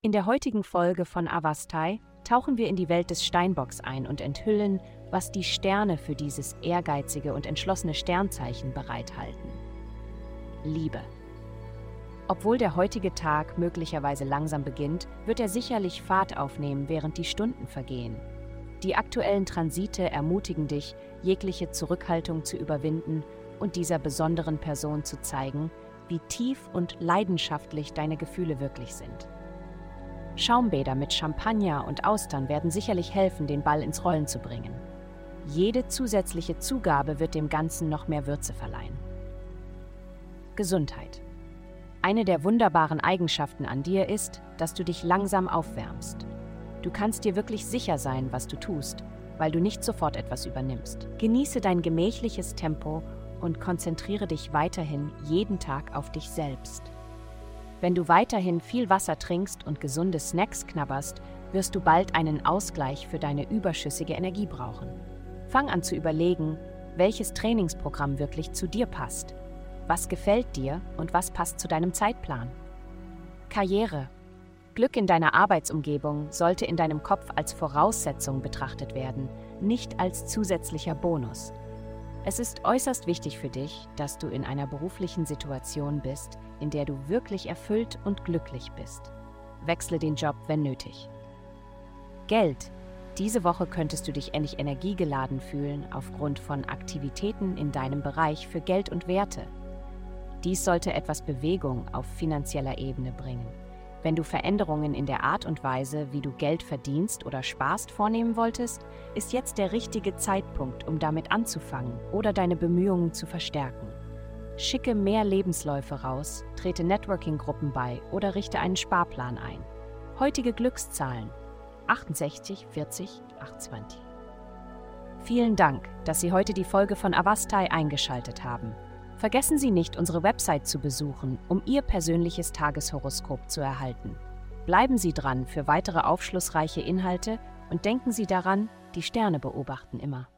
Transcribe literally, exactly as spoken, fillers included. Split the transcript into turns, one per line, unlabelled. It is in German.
In der heutigen Folge von Avastai tauchen wir in die Welt des Steinbocks ein und enthüllen, was die Sterne für dieses ehrgeizige und entschlossene Sternzeichen bereithalten. Liebe. Obwohl der heutige Tag möglicherweise langsam beginnt, wird er sicherlich Fahrt aufnehmen, während die Stunden vergehen. Die aktuellen Transite ermutigen dich, jegliche Zurückhaltung zu überwinden und dieser besonderen Person zu zeigen, wie tief und leidenschaftlich deine Gefühle wirklich sind. Schaumbäder mit Champagner und Austern werden sicherlich helfen, den Ball ins Rollen zu bringen. Jede zusätzliche Zugabe wird dem Ganzen noch mehr Würze verleihen. Gesundheit. Eine der wunderbaren Eigenschaften an dir ist, dass du dich langsam aufwärmst. Du kannst dir wirklich sicher sein, was du tust, weil du nicht sofort etwas übernimmst. Genieße dein gemächliches Tempo und konzentriere dich weiterhin jeden Tag auf dich selbst. Wenn du weiterhin viel Wasser trinkst und gesunde Snacks knabberst, wirst du bald einen Ausgleich für deine überschüssige Energie brauchen. Fang an zu überlegen, welches Trainingsprogramm wirklich zu dir passt. Was gefällt dir und was passt zu deinem Zeitplan? Karriere. Glück in deiner Arbeitsumgebung sollte in deinem Kopf als Voraussetzung betrachtet werden, nicht als zusätzlicher Bonus. Es ist äußerst wichtig für dich, dass du in einer beruflichen Situation bist, in der du wirklich erfüllt und glücklich bist. Wechsle den Job, wenn nötig. Geld. Diese Woche könntest du dich endlich energiegeladen fühlen aufgrund von Aktivitäten in deinem Bereich für Geld und Werte. Dies sollte etwas Bewegung auf finanzieller Ebene bringen. Wenn du Veränderungen in der Art und Weise, wie du Geld verdienst oder sparst, vornehmen wolltest, ist jetzt der richtige Zeitpunkt, um damit anzufangen oder deine Bemühungen zu verstärken. Schicke mehr Lebensläufe raus, trete Networking-Gruppen bei oder richte einen Sparplan ein. Heutige Glückszahlen: achtundsechzig, vierzig, achtundzwanzig. Vielen Dank, dass Sie heute die Folge von Avastai eingeschaltet haben. Vergessen Sie nicht, unsere Website zu besuchen, um Ihr persönliches Tageshoroskop zu erhalten. Bleiben Sie dran für weitere aufschlussreiche Inhalte und denken Sie daran, die Sterne beobachten immer.